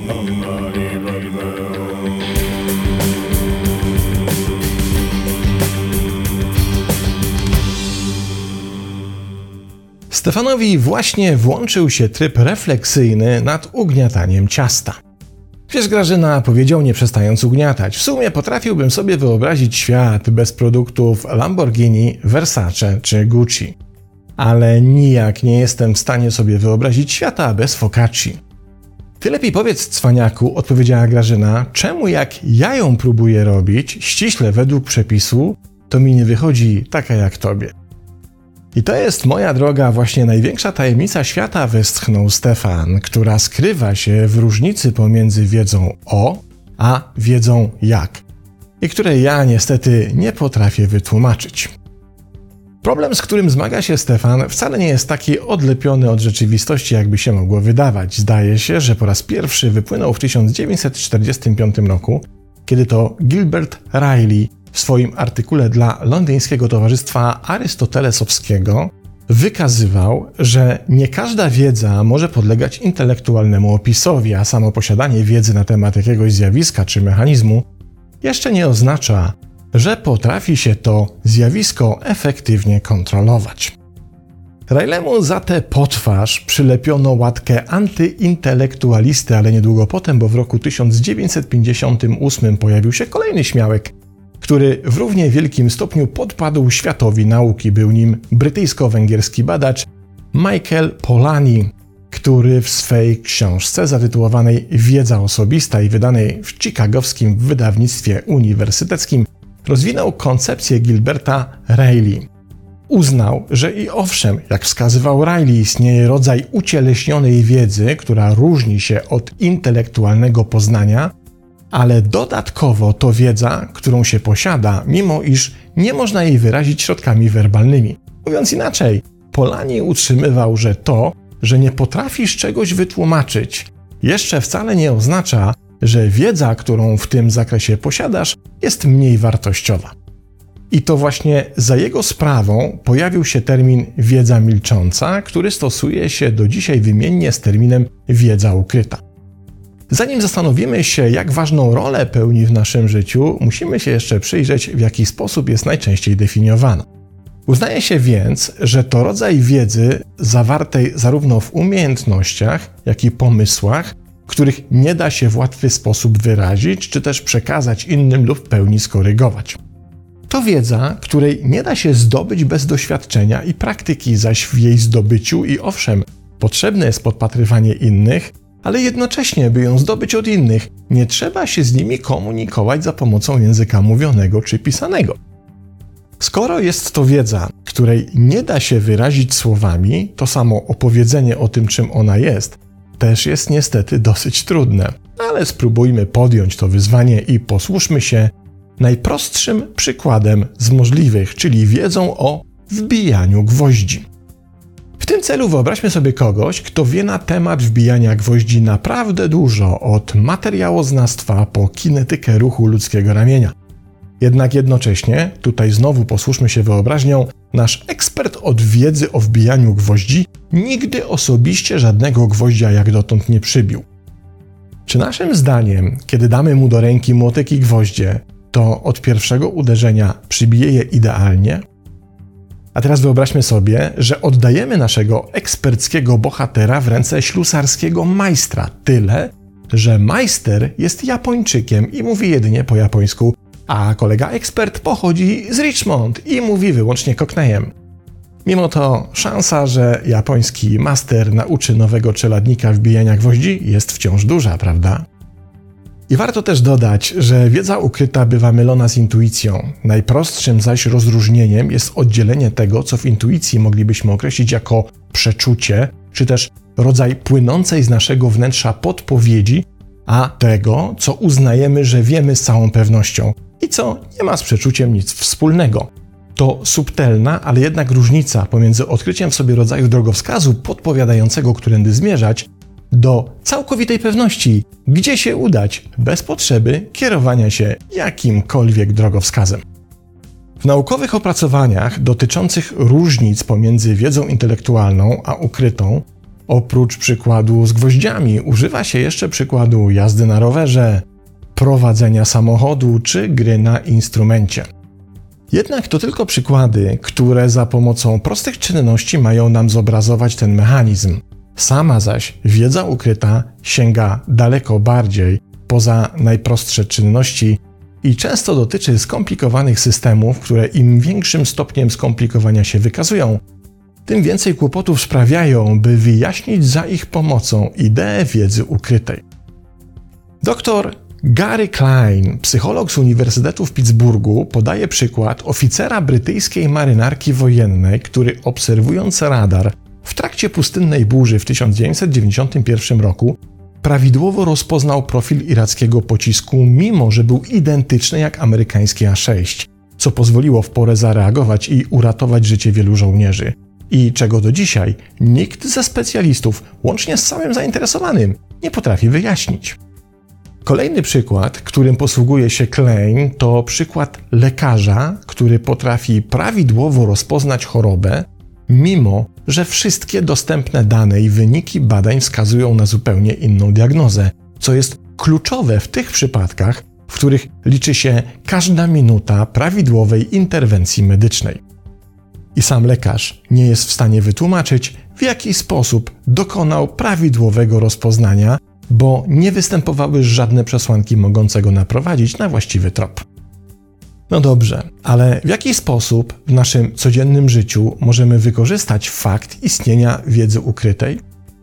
Stefanowi właśnie włączył się tryb refleksyjny nad ugniataniem ciasta. Wiesz, Grażyna, powiedział nie przestając ugniatać, w sumie potrafiłbym sobie wyobrazić świat bez produktów Lamborghini, Versace czy Gucci. Ale nijak nie jestem w stanie sobie wyobrazić świata bez focacci. Ty lepiej powiedz, cwaniaku, odpowiedziała Grażyna, czemu jak ja ją próbuję robić, ściśle według przepisu, to mi nie wychodzi taka jak tobie. I to jest, moja droga, właśnie największa tajemnica świata, westchnął Stefan, która skrywa się w różnicy pomiędzy wiedzą o, a wiedzą jak. I której ja niestety nie potrafię wytłumaczyć. Problem, z którym zmaga się Stefan, wcale nie jest taki odlepiony od rzeczywistości, jakby się mogło wydawać. Zdaje się, że po raz pierwszy wypłynął w 1945 roku, kiedy to Gilbert Rayleigh w swoim artykule dla Londyńskiego Towarzystwa Arystotelesowskiego wykazywał, że nie każda wiedza może podlegać intelektualnemu opisowi, a samo posiadanie wiedzy na temat jakiegoś zjawiska czy mechanizmu jeszcze nie oznacza, że potrafi się to zjawisko efektywnie kontrolować. Rayleigh'emu za tę potwarz przylepiono łatkę antyintelektualisty, ale niedługo potem, bo w roku 1958 pojawił się kolejny śmiałek, który w równie wielkim stopniu podpadł światowi nauki. Był nim brytyjsko-węgierski badacz Michael Polanyi, który w swej książce zatytułowanej Wiedza osobista i wydanej w chicagowskim wydawnictwie uniwersyteckim rozwinął koncepcję Gilberta Rayleigh. Uznał, że i owszem, jak wskazywał Rayleigh, istnieje rodzaj ucieleśnionej wiedzy, która różni się od intelektualnego poznania, ale dodatkowo to wiedza, którą się posiada, mimo iż nie można jej wyrazić środkami werbalnymi. Mówiąc inaczej, Polanyi utrzymywał, że to, że nie potrafisz czegoś wytłumaczyć, jeszcze wcale nie oznacza, że wiedza, którą w tym zakresie posiadasz, jest mniej wartościowa. I to właśnie za jego sprawą pojawił się termin wiedza milcząca, który stosuje się do dzisiaj wymiennie z terminem wiedza ukryta. Zanim zastanowimy się, jak ważną rolę pełni w naszym życiu, musimy się jeszcze przyjrzeć, w jaki sposób jest najczęściej definiowana. Uznaje się więc, że to rodzaj wiedzy zawartej zarówno w umiejętnościach, jak i pomysłach, których nie da się w łatwy sposób wyrazić, czy też przekazać innym lub w pełni skorygować. To wiedza, której nie da się zdobyć bez doświadczenia i praktyki, zaś w jej zdobyciu i owszem, potrzebne jest podpatrywanie innych, ale jednocześnie, by ją zdobyć od innych, nie trzeba się z nimi komunikować za pomocą języka mówionego czy pisanego. Skoro jest to wiedza, której nie da się wyrazić słowami, to samo opowiedzenie o tym, czym ona jest, też jest niestety dosyć trudne. Ale spróbujmy podjąć to wyzwanie i posłużmy się najprostszym przykładem z możliwych, czyli wiedzą o wbijaniu gwoździ. W tym celu wyobraźmy sobie kogoś, kto wie na temat wbijania gwoździ naprawdę dużo, od materiałoznawstwa po kinetykę ruchu ludzkiego ramienia. Jednak jednocześnie, tutaj znowu posłużmy się wyobraźnią, nasz ekspert od wiedzy o wbijaniu gwoździ nigdy osobiście żadnego gwoździa jak dotąd nie przybił. Czy naszym zdaniem, kiedy damy mu do ręki młotek i gwoździe, to od pierwszego uderzenia przybije je idealnie? A teraz wyobraźmy sobie, że oddajemy naszego eksperckiego bohatera w ręce ślusarskiego majstra, tyle, że majster jest Japończykiem i mówi jedynie po japońsku, a kolega ekspert pochodzi z Richmond i mówi wyłącznie cockneyem. Mimo to szansa, że japoński master nauczy nowego czeladnika wbijania gwoździ jest wciąż duża, prawda? I warto też dodać, że wiedza ukryta bywa mylona z intuicją. Najprostszym zaś rozróżnieniem jest oddzielenie tego, co w intuicji moglibyśmy określić jako przeczucie, czy też rodzaj płynącej z naszego wnętrza podpowiedzi, a tego, co uznajemy, że wiemy z całą pewnością i co nie ma z przeczuciem nic wspólnego. To subtelna, ale jednak różnica pomiędzy odkryciem w sobie rodzaju drogowskazu podpowiadającego, którędy zmierzać, do całkowitej pewności, gdzie się udać, bez potrzeby kierowania się jakimkolwiek drogowskazem. W naukowych opracowaniach dotyczących różnic pomiędzy wiedzą intelektualną a ukrytą oprócz przykładu z gwoździami używa się jeszcze przykładu jazdy na rowerze, prowadzenia samochodu czy gry na instrumencie. Jednak to tylko przykłady, które za pomocą prostych czynności mają nam zobrazować ten mechanizm. Sama zaś wiedza ukryta sięga daleko bardziej poza najprostsze czynności i często dotyczy skomplikowanych systemów, które im większym stopniem skomplikowania się wykazują, tym więcej kłopotów sprawiają, by wyjaśnić za ich pomocą ideę wiedzy ukrytej. Dr Gary Klein, psycholog z Uniwersytetu w Pittsburghu, podaje przykład oficera brytyjskiej marynarki wojennej, który obserwując radar w trakcie pustynnej burzy w 1991 roku prawidłowo rozpoznał profil irackiego pocisku, mimo że był identyczny jak amerykański A-6, co pozwoliło w porę zareagować i uratować życie wielu żołnierzy. I czego do dzisiaj nikt ze specjalistów, łącznie z samym zainteresowanym, nie potrafi wyjaśnić. Kolejny przykład, którym posługuje się Klein, to przykład lekarza, który potrafi prawidłowo rozpoznać chorobę, mimo że wszystkie dostępne dane i wyniki badań wskazują na zupełnie inną diagnozę, co jest kluczowe w tych przypadkach, w których liczy się każda minuta prawidłowej interwencji medycznej. I sam lekarz nie jest w stanie wytłumaczyć, w jaki sposób dokonał prawidłowego rozpoznania, bo nie występowały żadne przesłanki mogące go naprowadzić na właściwy trop. No dobrze, ale w jaki sposób w naszym codziennym życiu możemy wykorzystać fakt istnienia wiedzy ukrytej?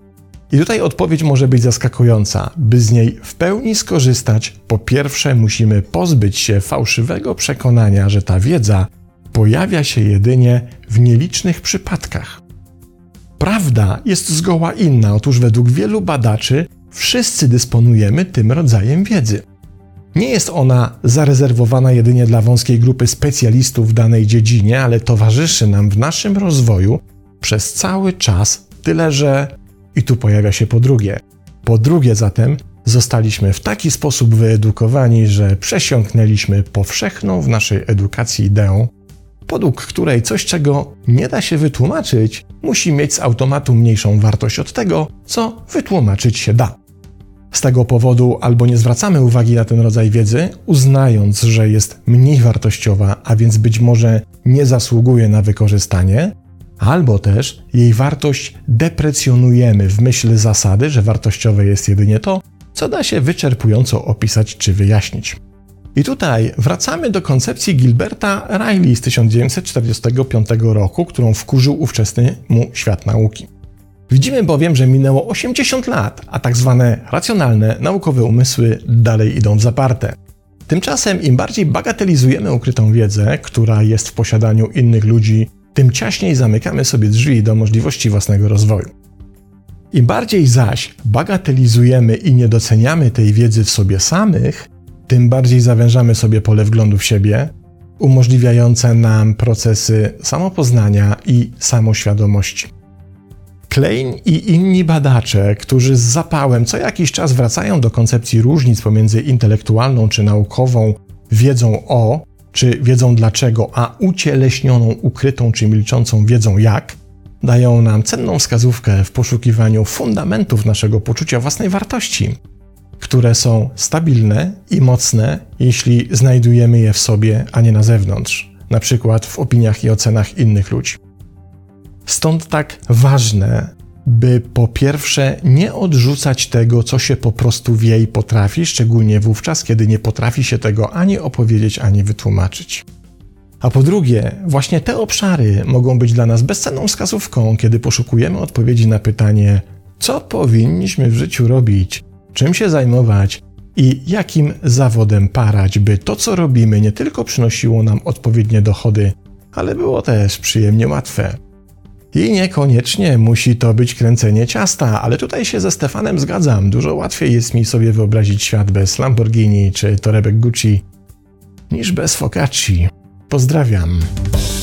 I tutaj odpowiedź może być zaskakująca. By z niej w pełni skorzystać, po pierwsze musimy pozbyć się fałszywego przekonania, że ta wiedza pojawia się jedynie w nielicznych przypadkach. Prawda jest zgoła inna. Otóż według wielu badaczy wszyscy dysponujemy tym rodzajem wiedzy. Nie jest ona zarezerwowana jedynie dla wąskiej grupy specjalistów w danej dziedzinie, ale towarzyszy nam w naszym rozwoju przez cały czas, tyle że... I tu pojawia się po drugie. Po drugie zatem zostaliśmy w taki sposób wyedukowani, że przesiąknęliśmy powszechną w naszej edukacji ideą, według której coś, czego nie da się wytłumaczyć, musi mieć z automatu mniejszą wartość od tego, co wytłumaczyć się da. Z tego powodu albo nie zwracamy uwagi na ten rodzaj wiedzy, uznając, że jest mniej wartościowa, a więc być może nie zasługuje na wykorzystanie, albo też jej wartość deprecjonujemy w myśl zasady, że wartościowe jest jedynie to, co da się wyczerpująco opisać czy wyjaśnić. I tutaj wracamy do koncepcji Gilberta Riley z 1945 roku, którą wkurzył ówczesny mu świat nauki. Widzimy bowiem, że minęło 80 lat, a tak zwane racjonalne, naukowe umysły dalej idą w zaparte. Tymczasem im bardziej bagatelizujemy ukrytą wiedzę, która jest w posiadaniu innych ludzi, tym ciaśniej zamykamy sobie drzwi do możliwości własnego rozwoju. Im bardziej zaś bagatelizujemy i nie doceniamy tej wiedzy w sobie samych, tym bardziej zawężamy sobie pole wglądu w siebie, umożliwiające nam procesy samopoznania i samoświadomości. Klein i inni badacze, którzy z zapałem co jakiś czas wracają do koncepcji różnic pomiędzy intelektualną czy naukową wiedzą o, czy wiedzą dlaczego, a ucieleśnioną, ukrytą czy milczącą wiedzą jak, dają nam cenną wskazówkę w poszukiwaniu fundamentów naszego poczucia własnej wartości, które są stabilne i mocne, jeśli znajdujemy je w sobie, a nie na zewnątrz, na przykład w opiniach i ocenach innych ludzi. Stąd tak ważne, by po pierwsze nie odrzucać tego, co się po prostu wie i potrafi, szczególnie wówczas, kiedy nie potrafi się tego ani opowiedzieć, ani wytłumaczyć. A po drugie, właśnie te obszary mogą być dla nas bezcenną wskazówką, kiedy poszukujemy odpowiedzi na pytanie, co powinniśmy w życiu robić, czym się zajmować i jakim zawodem parać, by to, co robimy, nie tylko przynosiło nam odpowiednie dochody, ale było też przyjemnie łatwe. I niekoniecznie musi to być kręcenie ciasta, ale tutaj się ze Stefanem zgadzam. Dużo łatwiej jest mi sobie wyobrazić świat bez Lamborghini czy torebek Gucci niż bez focacci. Pozdrawiam.